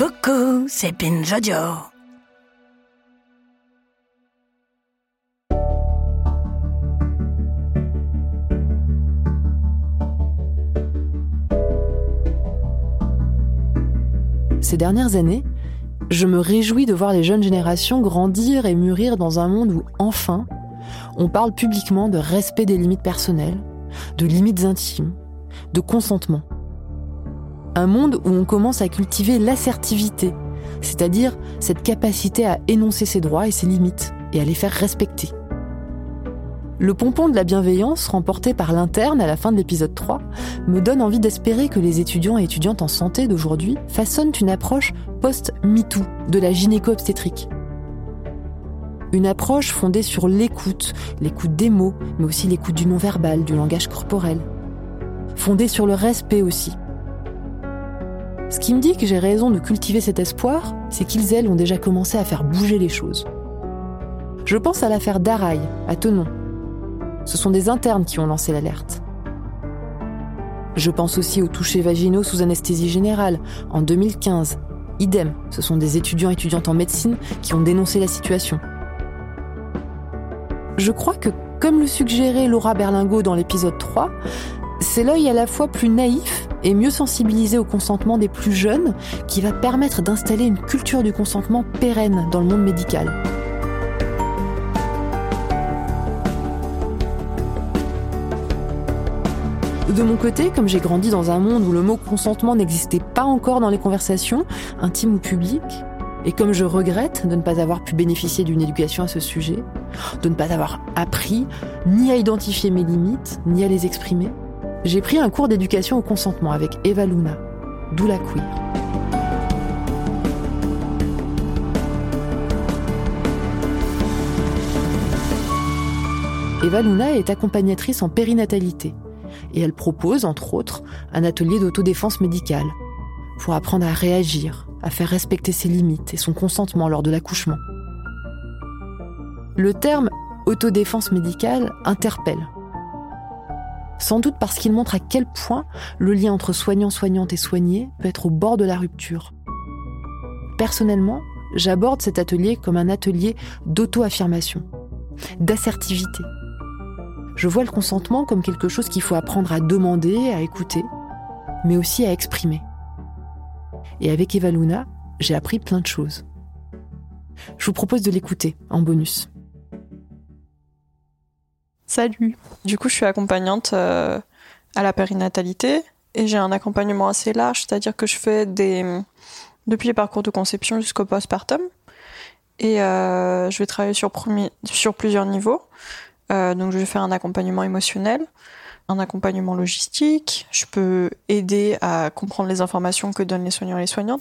Coucou, c'est Pin Jojo. Ces dernières années, je me réjouis de voir les jeunes générations grandir et mûrir dans un monde où, enfin, on parle publiquement de respect des limites personnelles, de limites intimes, de consentement. Un monde où on commence à cultiver l'assertivité, c'est-à-dire cette capacité à énoncer ses droits et ses limites, et à les faire respecter. Le pompon de la bienveillance, remporté par l'interne à la fin de l'épisode 3, me donne envie d'espérer que les étudiants et étudiantes en santé d'aujourd'hui façonnent une approche post-MeToo de la gynéco-obstétrique. Une approche fondée sur l'écoute des mots, mais aussi l'écoute du non-verbal, du langage corporel. Fondée sur le respect aussi. Ce qui me dit que j'ai raison de cultiver cet espoir, c'est qu'ils, elles, ont déjà commencé à faire bouger les choses. Je pense à l'affaire Daraï, à Thonon. Ce sont des internes qui ont lancé l'alerte. Je pense aussi aux touchés vaginaux sous anesthésie générale, en 2015. Idem, ce sont des étudiants et étudiantes en médecine qui ont dénoncé la situation. Je crois que, comme le suggérait Laura Berlingot dans l'épisode 3, c'est l'œil à la fois plus naïf et mieux sensibilisé au consentement des plus jeunes qui va permettre d'installer une culture du consentement pérenne dans le monde médical. De mon côté, comme j'ai grandi dans un monde où le mot consentement n'existait pas encore dans les conversations, intimes ou publiques, et comme je regrette de ne pas avoir pu bénéficier d'une éducation à ce sujet, de ne pas avoir appris ni à identifier mes limites, ni à les exprimer, j'ai pris un cours d'éducation au consentement avec Eva Luna, doula queer. Eva Luna est accompagnatrice en périnatalité et elle propose, entre autres, un atelier d'autodéfense médicale pour apprendre à réagir, à faire respecter ses limites et son consentement lors de l'accouchement. Le terme autodéfense médicale interpelle. Sans doute parce qu'il montre à quel point le lien entre soignant-soignante et soigné peut être au bord de la rupture. Personnellement, j'aborde cet atelier comme un atelier d'auto-affirmation, d'assertivité. Je vois le consentement comme quelque chose qu'il faut apprendre à demander, à écouter, mais aussi à exprimer. Et avec Eva Luna, j'ai appris plein de choses. Je vous propose de l'écouter en bonus. Salut. Du coup, je suis accompagnante à la périnatalité et j'ai un accompagnement assez large, c'est-à-dire que je fais depuis les parcours de conception jusqu'au postpartum et je vais travailler sur plusieurs niveaux. Donc, je vais faire un accompagnement émotionnel, un accompagnement logistique. Je peux aider à comprendre les informations que donnent les soignants et les soignantes.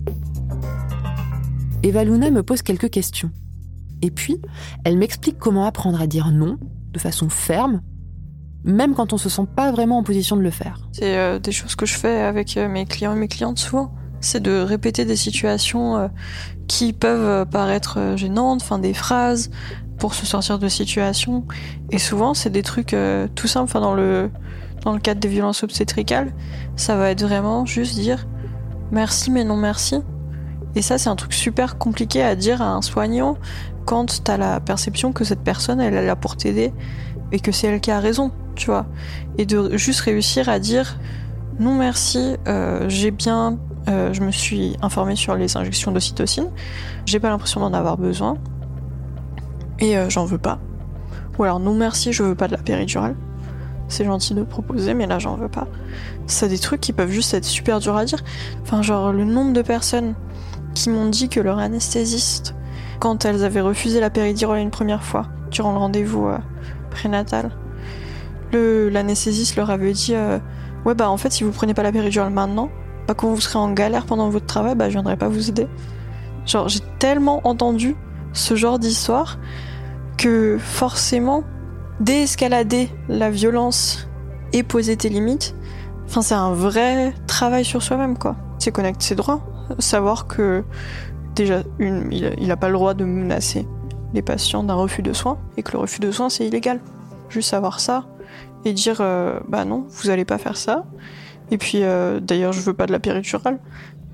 Eva Luna me pose quelques questions. Et puis, elle m'explique comment apprendre à dire non de façon ferme, même quand on ne se sent pas vraiment en position de le faire. C'est des choses que je fais avec mes clients et mes clientes souvent. C'est de répéter des situations qui peuvent paraître gênantes, des phrases, pour se sortir de situations. Et souvent, c'est des trucs tout simples. Dans le cadre des violences obstétricales, ça va être vraiment juste dire merci mais non merci. Et ça, c'est un truc super compliqué à dire à un soignant quand t'as la perception que cette personne, elle est là pour t'aider et que c'est elle qui a raison, tu vois. Et de juste réussir à dire non merci, je me suis informée sur les injections d'ocytocine, j'ai pas l'impression d'en avoir besoin et j'en veux pas. Ou alors non merci, je veux pas de la péridurale. C'est gentil de proposer, mais là j'en veux pas. C'est des trucs qui peuvent juste être super durs à dire. Le nombre de personnes qui m'ont dit que leur anesthésiste, quand elles avaient refusé la péridurale une première fois, durant le rendez-vous prénatal, l'anesthésiste leur avait dit en fait, si vous prenez pas la péridurale maintenant, quand vous serez en galère pendant votre travail, je viendrai pas vous aider. J'ai tellement entendu ce genre d'histoire que forcément, déescalader la violence et poser tes limites, c'est un vrai travail sur soi-même, quoi. C'est connaître ses droits, savoir que déjà, il n'a pas le droit de menacer les patients d'un refus de soins et que le refus de soins c'est illégal. Juste savoir ça et dire non, vous allez pas faire ça. Et puis d'ailleurs, je veux pas de la péridurale.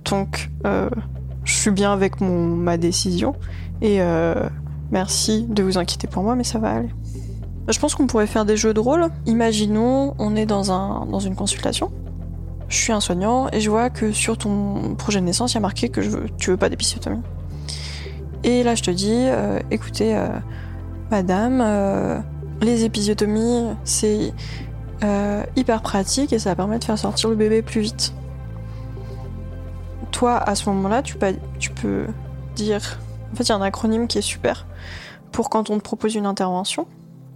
Donc, je suis bien avec ma décision. Et merci de vous inquiéter pour moi, mais ça va aller. Je pense qu'on pourrait faire des jeux de rôle. Imaginons, on est dans une consultation. Je suis un soignant et je vois que sur ton projet de naissance, il y a marqué que tu veux pas d'épisiotomie. Et là, je te dis, écoutez, madame, les épisiotomies, c'est hyper pratique et ça permet de faire sortir le bébé plus vite. Toi, à ce moment-là, tu peux dire... En fait, il y a un acronyme qui est super pour quand on te propose une intervention.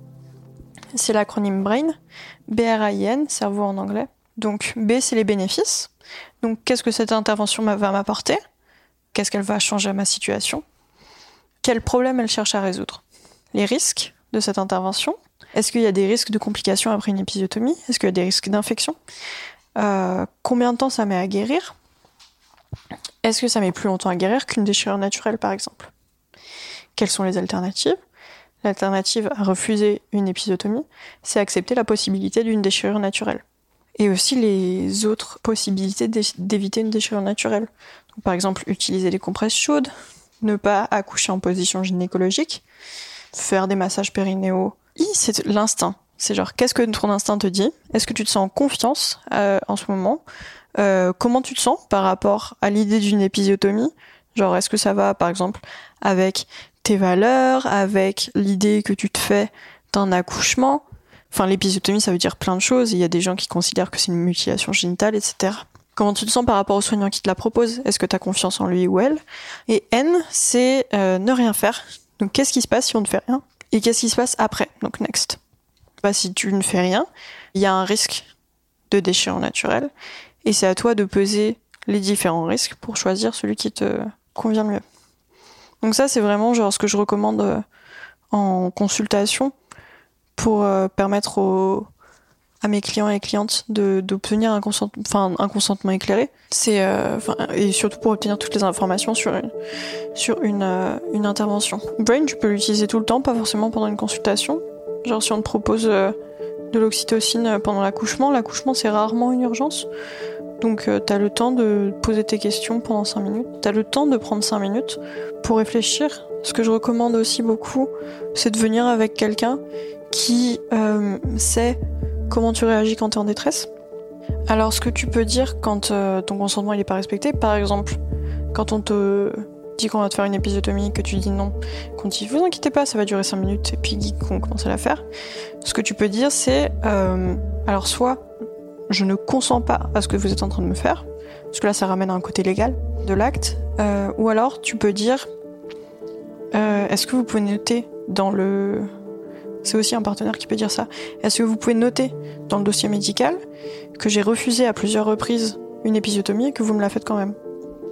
C'est l'acronyme BRAIN, B-R-A-I-N, cerveau en anglais. Donc B, c'est les bénéfices. Donc qu'est-ce que cette intervention va m'apporter ? Qu'est-ce qu'elle va changer à ma situation ? Quel problème elle cherche à résoudre ? Les risques de cette intervention ? Est-ce qu'il y a des risques de complications après une épisiotomie ? Est-ce qu'il y a des risques d'infection ? Combien de temps ça met à guérir ? Est-ce que ça met plus longtemps à guérir qu'une déchirure naturelle, par exemple ? Quelles sont les alternatives ? L'alternative à refuser une épisiotomie, c'est accepter la possibilité d'une déchirure naturelle. Et aussi les autres possibilités d'éviter une déchirure naturelle. Donc, par exemple, utiliser des compresses chaudes, ne pas accoucher en position gynécologique, faire des massages périnéaux. C'est l'instinct. C'est genre, qu'est-ce que ton instinct te dit ? Est-ce que tu te sens en confiance en ce moment ? Comment tu te sens par rapport à l'idée d'une épisiotomie ? Genre, est-ce que ça va, par exemple, avec tes valeurs, avec l'idée que tu te fais d'un accouchement ? Enfin, l'épisiotomie, ça veut dire plein de choses. Il y a des gens qui considèrent que c'est une mutilation génitale, etc. Comment tu te sens par rapport au soignant qui te la propose ? Est-ce que tu as confiance en lui ou elle ? Et N, c'est ne rien faire. Donc, qu'est-ce qui se passe si on ne fait rien ? Et qu'est-ce qui se passe après ? Donc, next. Si tu ne fais rien, il y a un risque de déchirure naturelle. Et c'est à toi de peser les différents risques pour choisir celui qui te convient le mieux. Donc ça, c'est vraiment genre ce que je recommande en consultation pour permettre à mes clients et clientes d'obtenir un consentement éclairé. Et surtout pour obtenir toutes les informations sur une intervention. Brain, tu peux l'utiliser tout le temps, pas forcément pendant une consultation. Genre si on te propose de l'oxytocine pendant l'accouchement c'est rarement une urgence. Donc t'as le temps de poser tes questions pendant 5 minutes. T'as le temps de prendre 5 minutes pour réfléchir. Ce que je recommande aussi beaucoup, c'est de venir avec quelqu'un qui sait comment tu réagis quand t'es en détresse. Alors ce que tu peux dire quand ton consentement il est pas respecté, par exemple, quand on te dit qu'on va te faire une épisiotomie, que tu dis non, qu'on dit vous inquiétez pas, ça va durer 5 minutes, et puis qu'on commence à la faire, ce que tu peux dire c'est alors soit je ne consens pas à ce que vous êtes en train de me faire, parce que là ça ramène à un côté légal de l'acte, ou alors tu peux dire est-ce que vous pouvez noter dans le... C'est aussi un partenaire qui peut dire ça. Est-ce que vous pouvez noter dans le dossier médical que j'ai refusé à plusieurs reprises une épisiotomie et que vous me la faites quand même ?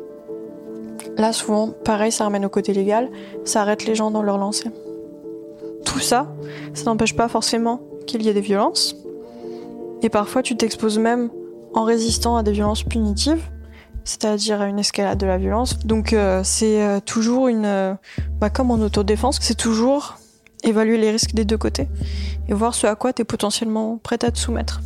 Là, souvent, pareil, ça ramène au côté légal, ça arrête les gens dans leur lancée. Tout ça, ça n'empêche pas forcément qu'il y ait des violences. Et parfois, tu t'exposes même en résistant à des violences punitives, c'est-à-dire à une escalade de la violence. Donc, c'est toujours comme en autodéfense, c'est toujours évaluer les risques des deux côtés et voir ce à quoi tu es potentiellement prête à te soumettre.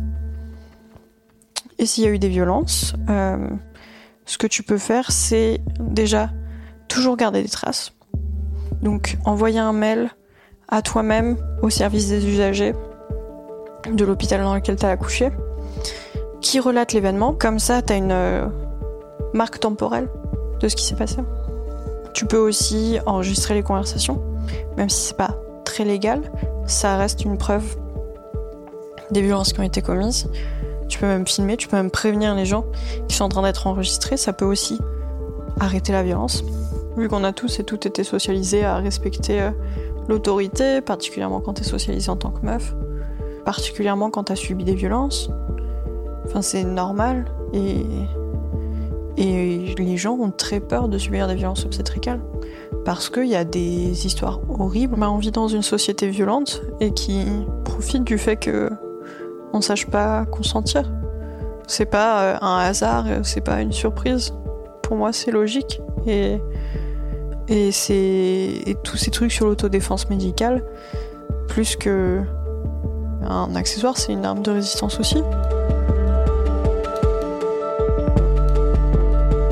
Et s'il y a eu des violences, ce que tu peux faire, c'est déjà toujours garder des traces. Donc envoyer un mail à toi-même, au service des usagers de l'hôpital dans lequel tu as accouché, qui relate l'événement. Comme ça, tu as une marque temporelle de ce qui s'est passé. Tu peux aussi enregistrer les conversations, même si c'est pas très légal, ça reste une preuve des violences qui ont été commises. Tu peux même filmer, tu peux même prévenir les gens qui sont en train d'être enregistrés, ça peut aussi arrêter la violence. Vu qu'on a tous et toutes été socialisés à respecter l'autorité, particulièrement quand t'es socialisé en tant que meuf, particulièrement quand t'as subi des violences. Enfin, c'est normal et les gens ont très peur de subir des violences obstétricales parce qu'il y a des histoires horribles. On vit dans une société violente et qui profite du fait que on sache pas consentir. C'est pas un hasard, c'est pas une surprise. Pour moi, c'est logique. Et tous ces trucs sur l'autodéfense médicale, plus que un accessoire, c'est une arme de résistance aussi.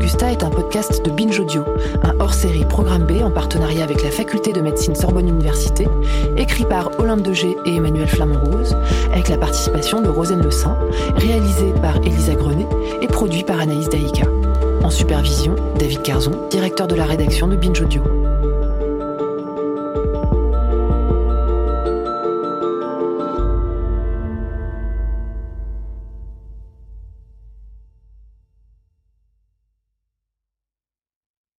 Augusta est un podcast de Binge Audio, un hors-série Programme B en partenariat avec la faculté de médecine Sorbonne Université, écrit par Olympe de G et Emmanuel Flamand-Rose, avec la participation de Rosane Le Saint, réalisé par Elisa Grenet et produit par Anaïs Daïka. En supervision, David Carzon, directeur de la rédaction de Binge Audio.